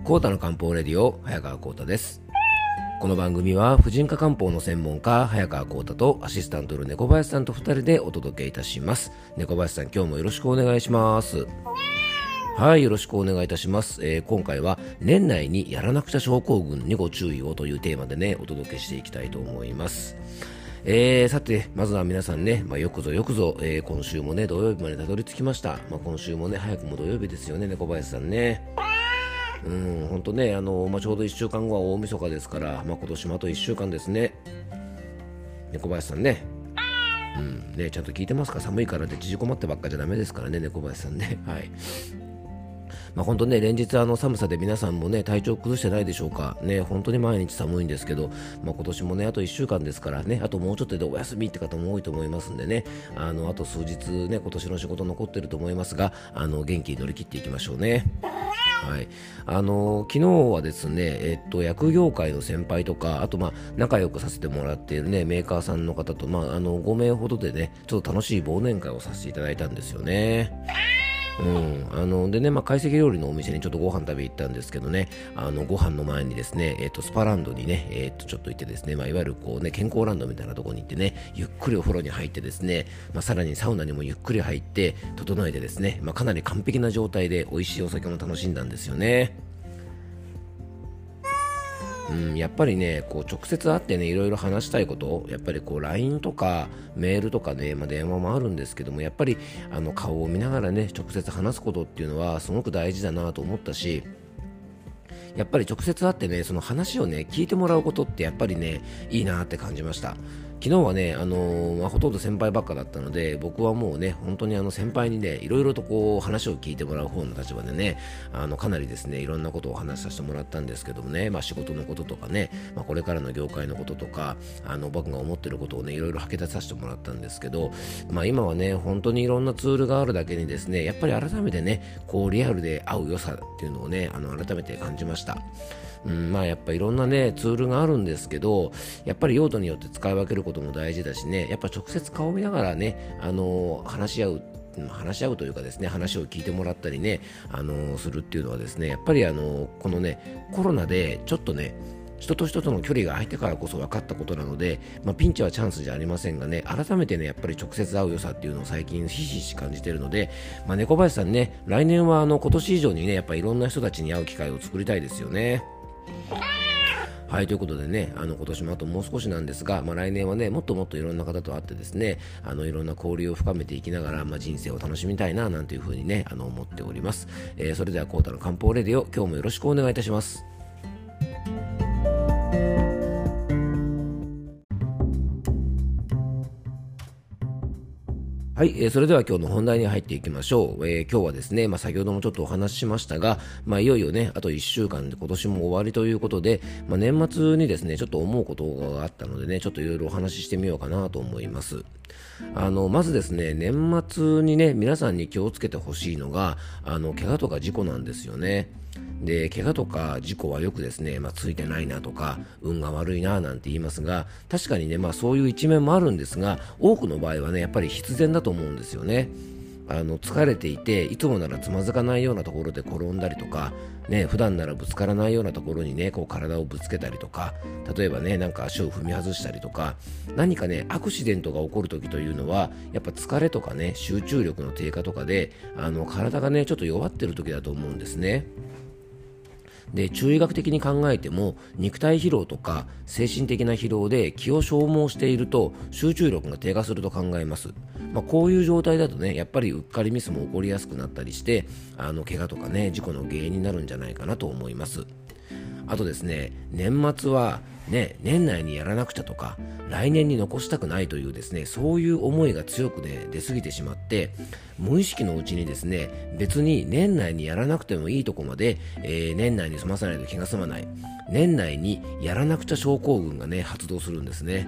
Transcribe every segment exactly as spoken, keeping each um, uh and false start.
コータの漢方レディオ、早川コータです。この番組は婦人科漢方の専門家早川コータとアシスタントの猫林さんとふたりでお届けいたします。猫林さん、今日もよろしくお願いします。はい、よろしくお願いいたします。えー、今回は年内にやらなくちゃ症候群にご注意をというテーマでねお届けしていきたいと思います。えー、さてまずは皆さんね、まあ、よくぞよくぞ、えー、今週もね土曜日までたどり着きました。まあ、今週もね早くも土曜日ですよね、猫林さんね。うん、ほんとね、あの、まあ、ちょうどいっしゅうかんごは大晦日ですから、まあ、今年もあといっしゅうかんですね。猫林さんね、うんね、ちゃんと聞いてますか？寒いからって縮こまってばっかじゃダメですからね、猫林さんね。はい。まあ、本当ね、連日あの寒さで皆さんもね体調崩してないでしょうかね。本当に毎日寒いんですけど、まあ、今年もねあといっしゅうかんですからね、あともうちょっとでお休みって方も多いと思いますんでね、あのあと数日ね今年の仕事残ってると思いますが、あの元気に乗り切っていきましょうね。はい、あの昨日はですね、えっと、薬業界の先輩とか、あとまあ仲良くさせてもらっている、ね、メーカーさんの方と、まあ、あのごめいほどでねちょっと楽しい忘年会をさせていただいたんですよね。うん、あのでね、まあ、懐石料理のお店にちょっとご飯食べ行ったんですけどね、あのご飯の前にですね、えっと、スパランドにね、えっと、ちょっと行ってですね、まあ、いわゆるこうね健康ランドみたいなところに行ってね、ゆっくりお風呂に入ってですね、まあ、さらにサウナにもゆっくり入って整えてですね、まあ、かなり完璧な状態で美味しいお酒も楽しんだんですよね。うん、やっぱりねこう直接会ってねいろいろ話したいこと、やっぱりこう ライン とかメールとかね、まあ、電話もあるんですけども、やっぱりあの顔を見ながらね直接話すことっていうのはすごく大事だなと思ったし、やっぱり直接会ってねその話をね聞いてもらうことってやっぱりねいいなって感じました。昨日はね、あのーまあ、ほとんど先輩ばっかだったので、僕はもうね本当にあの先輩にねいろいろとこう話を聞いてもらう方の立場でね、あのかなりですねいろんなことをお話しさせてもらったんですけどもね、まあ、仕事のこととかね、まあ、これからの業界のこととか、あの僕が思ってることをねいろいろ吐き出させてもらったんですけど、まあ、今はね本当にいろんなツールがあるだけにですね、やっぱり改めてねこうリアルで会う良さっていうのをねあの改めて感じました。うん、まあやっぱいろんなねツールがあるんですけど、やっぱり用途によって使い分けることも大事だしね、やっぱ直接顔を見ながらね、あのー話し合う話し合うというかですね、話を聞いてもらったりね、あのーするっていうのはですね、やっぱりあのーこのねコロナでちょっとね人と人との距離が空いてからこそ分かったことなので、まあ、ピンチはチャンスじゃありませんがね、改めてねやっぱり直接会う良さっていうのを最近ひしひし感じているので、まあ、猫林さんね、来年はあの今年以上にねやっぱりいろんな人たちに会う機会を作りたいですよね。はい、ということでね、あの今年もあともう少しなんですが、まあ、来年はねもっともっといろんな方と会ってですね、あのいろんな交流を深めていきながら、まあ、人生を楽しみたいななんていうふうにねあの思っております。えー、それではコータの漢方レディオ、今日もよろしくお願いいたします。はい、えー、それでは今日の本題に入っていきましょう。えー、今日はですね、まあ、先ほどもちょっとお話ししましたが、まあ、いよいよねあといっしゅうかんで今年も終わりということで、まあ、年末にですねちょっと思うことがあったのでね、ちょっといろいろお話ししてみようかなと思います。あのまずですね、年末にね皆さんに気をつけてほしいのが、あの怪我とか事故なんですよね。で怪我とか事故はよくですね、まあ、ついてないなとか運が悪いななんて言いますが、確かにね、まあ、そういう一面もあるんですが、多くの場合はねやっぱり必然だと思うんですよね。あの疲れていていつもならつまずかないようなところで転んだりとか、ね、普段ならぶつからないようなところにねこう体をぶつけたりとか、例えばねなんか足を踏み外したりとか、何かねアクシデントが起こる時というのはやっぱ疲れとかね集中力の低下とかで、あの体がねちょっと弱ってる時だと思うんですね。で中医学的に考えても肉体疲労とか精神的な疲労で気を消耗していると集中力が低下すると考えます。まあ、こういう状態だとねやっぱりうっかりミスも起こりやすくなったりして、あの怪我とかね事故の原因になるんじゃないかなと思います。あとですね、年末はね年内にやらなくちゃとか来年に残したくないというですね、そういう思いが強くね出過ぎてしまって、無意識のうちにですね別に年内にやらなくてもいいとこまで、えー年内に済まさないと気が済まない、年内にやらなくちゃ症候群がね発動するんですね。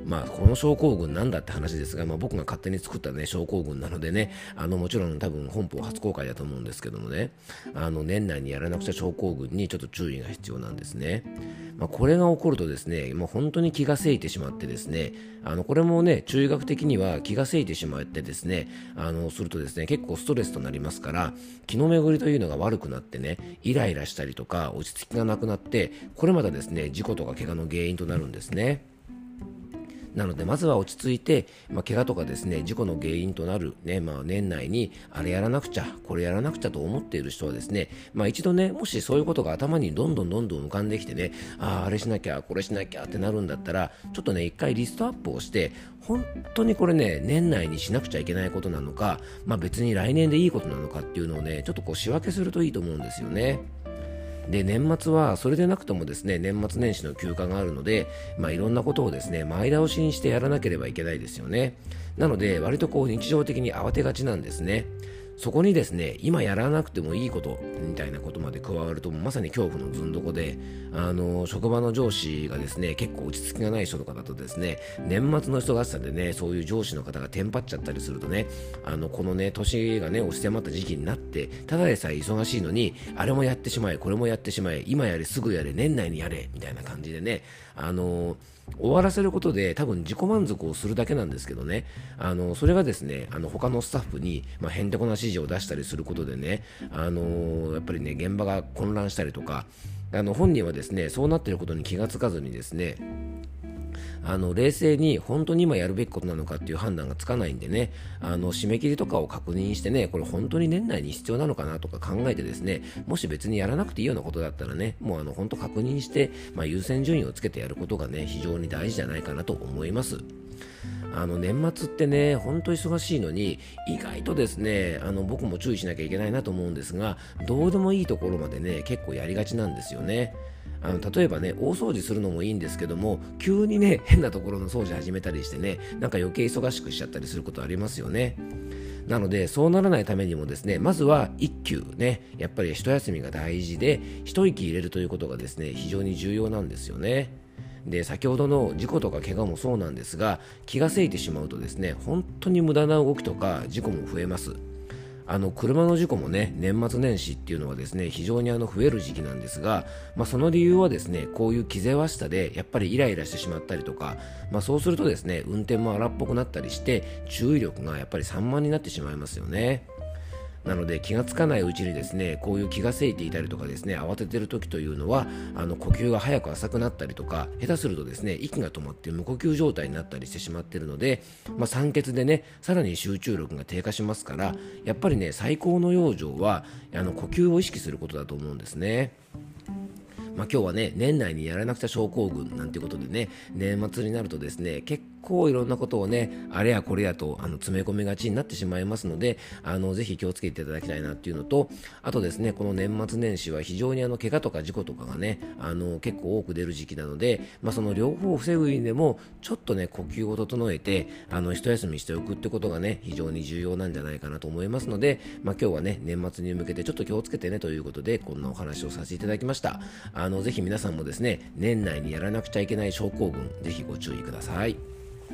まあこの症候群なんだって話ですが、まあ、僕が勝手に作ったね症候群なのでね、あのもちろん多分本邦初公開だと思うんですけどもね、あの年内にやらなくちゃ症候群にちょっと注意が必要なんですね。まあ、これが起こるとですね、もう本当に気がせいてしまってですね、あのこれもね中医学的には気がせいてしまってですね、あのするとですね結構ストレスとなりますから、気の巡りというのが悪くなってね、イライラしたりとか落ち着きがなくなって、これまたですね事故とか怪我の原因となるんですね。なのでまずは落ち着いて、まあ、怪我とかですね事故の原因となる、ねまあ、年内にあれやらなくちゃこれやらなくちゃと思っている人はですね、まあ、一度ねもしそういうことが頭にどんどんどんどん浮かんできてね、あああれしなきゃこれしなきゃってなるんだったら、ちょっとね一回リストアップをして、本当にこれね年内にしなくちゃいけないことなのか、まあ、別に来年でいいことなのかっていうのをねちょっとこう仕分けするといいと思うんですよね。で年末はそれでなくともですね年末年始の休暇があるので、まあ、いろんなことをですね前倒しにしてやらなければいけないですよね。なので割とこう日常的に慌てがちなんですね。そこにですね今やらなくてもいいことみたいなことまで加わると、まさに恐怖のずんどこで、あの職場の上司がですね結構落ち着きがない人とかだとですね、年末の忙しさでねそういう上司の方がテンパっちゃったりするとね、あのこのね年がね押し迫った時期になって、ただでさえ忙しいのにあれもやってしまえこれもやってしまえ、今やれすぐやれ年内にやれみたいな感じでね、あの終わらせることで多分自己満足をするだけなんですけどね、あのそれがですねあの他のスタッフに、まあ、へんてこな指示を出したりすることでね、あのやっぱりね現場が混乱したりとか、あの本人はですねそうなっていることに気がつかずにですね、あの冷静に本当に今やるべきことなのかっていう判断がつかないんでね、あの締め切りとかを確認してね、これ本当に年内に必要なのかなとか考えてですね、もし別にやらなくていいようなことだったらね、もうあの本当確認して、まあ、優先順位をつけてやることがね非常に大事じゃないかなと思います。あの年末ってね本当忙しいのに、意外とですねあの僕も注意しなきゃいけないなと思うんですが、どうでもいいところまでね結構やりがちなんですよね。あの例えばね大掃除するのもいいんですけども、急にね変なところの掃除始めたりしてね、なんか余計忙しくしちゃったりすることありますよね。なのでそうならないためにもですね、まずは一休ね、やっぱり一休みが大事で、一息入れるということがですね非常に重要なんですよね。で先ほどの事故とか怪我もそうなんですが、気がせいてしまうとですね本当に無駄な動きとか事故も増えます。あの車の事故もね年末年始っていうのはですね非常にあの増える時期なんですが、まあ、その理由はですねこういう気ぜわしさでやっぱりイライラしてしまったりとか、まあ、そうするとですね運転も荒っぽくなったりして注意力がやっぱり散漫になってしまいますよね。なので気がつかないうちにですねこういう気がせいていたりとかですね、慌ててる時というのはあの呼吸が早く浅くなったりとか、下手するとですね息が止まって無呼吸状態になったりしてしまっているので、まあ、酸欠でねさらに集中力が低下しますから、やっぱりね最高の養生はあの呼吸を意識することだと思うんですね。まあ、今日はね年内にやらなくちゃ症候群なんていうことでね、年末になるとですね結構いろんなことをねあれやこれやとあの詰め込みがちになってしまいますので、あのぜひ気をつけていただきたいなっていうのと、あとですねこの年末年始は非常にあの怪我とか事故とかがねあの結構多く出る時期なので、まあ、その両方を防ぐ意味でもちょっとね呼吸を整えてあの一休みしておくってことがね非常に重要なんじゃないかなと思いますので、まあ、今日はね年末に向けてちょっと気をつけてねということでこんなお話をさせていただきました。あのぜひ皆さんもですね年内にやらなくちゃいけない症候群ぜひご注意ください。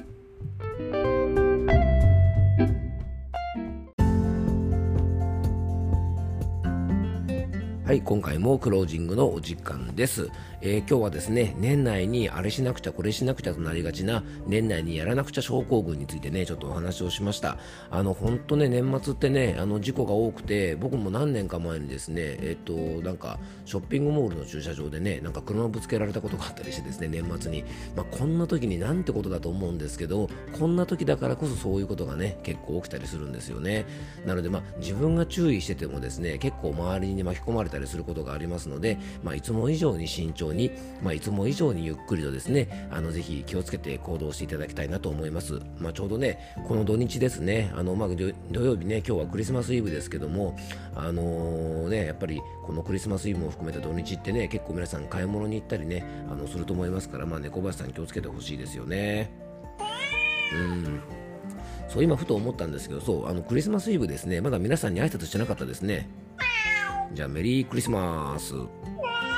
はい、今回もクロージングのお時間です。えー、今日はですね年内にあれしなくちゃこれしなくちゃとなりがちな年内にやらなくちゃ症候群についてねちょっとお話をしました。あの本当ね年末ってねあの事故が多くて、僕も何年か前にですねえっとなんかショッピングモールの駐車場でねなんか車をぶつけられたことがあったりしてですね、年末に、まあ、こんな時になんてことだと思うんですけど、こんな時だからこそそういうことがね結構起きたりするんですよね。なのでまあ自分が注意しててもですね結構周りに巻き込まれたりすることがありますので、まあ、いつも以上に慎重に、まあ、いつも以上にゆっくりとですねあのぜひ気をつけて行動していただきたいなと思います。まあ、ちょうどねこの土日ですね、あの、まあ、土曜日ね今日はクリスマスイブですけども、あのー、ねやっぱりこのクリスマスイブも含めた土日ってね結構皆さん買い物に行ったりねあのすると思いますから、まあ、猫林さん気をつけてほしいですよね。うんそう今ふと思ったんですけど、そうあのクリスマスイブですね、まだ皆さんに挨拶してなかったですね。じゃあメリークリスマス。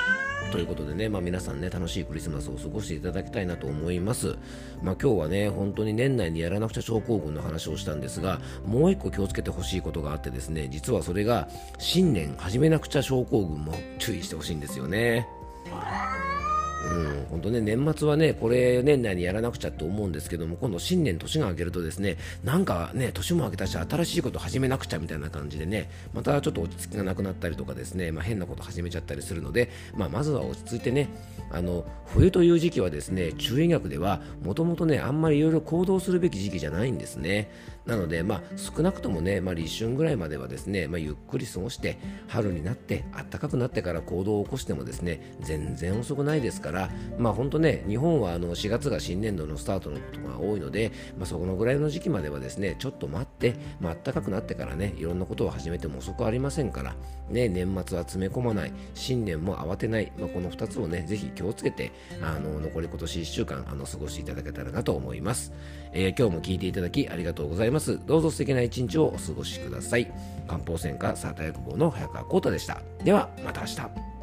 ということでね、まあ、皆さんね楽しいクリスマスを過ごしていただきたいなと思います。まあ、今日はね本当に年内にやらなくちゃ症候群の話をしたんですが、もう一個気をつけてほしいことがあってですね、実はそれが新年始めなくちゃ症候群も注意してほしいんですよね。うん、本当ね、年末はね、これ年内にやらなくちゃと思うんですけども、今度新年年が明けるとですね、なんかね、年も明けたし、新しいこと始めなくちゃみたいな感じでね、またちょっと落ち着きがなくなったりとかですね、まあ、変なこと始めちゃったりするので、まあ、まずは落ち着いてね、あの、冬という時期はですね、中医学では、もともとね、あんまりいろいろ行動するべき時期じゃないんですね。なので、まあ、少なくともね、まあ、立春ぐらいまではですね、まあ、ゆっくり過ごして、春になって、暖かくなってから行動を起こしてもですね、全然遅くないですから、まあ、本当ね、日本はあのしがつが新年度のスタートのことが多いので、まあ、そこのぐらいの時期まではですね、ちょっと待って、まあ、暖かくなってからね、いろんなことを始めても遅くありませんから、ね、年末は詰め込まない、新年も慌てない、まあ、このふたつをね、ぜひ気をつけて、あの残り今年いっしゅうかんあの過ごしていただけたらなと思います。えー、今日も聞いていただきありがとうございます。どうぞ素敵な一日をお過ごしください。漢方専科サータ薬房の早川浩太でした。ではまた明日。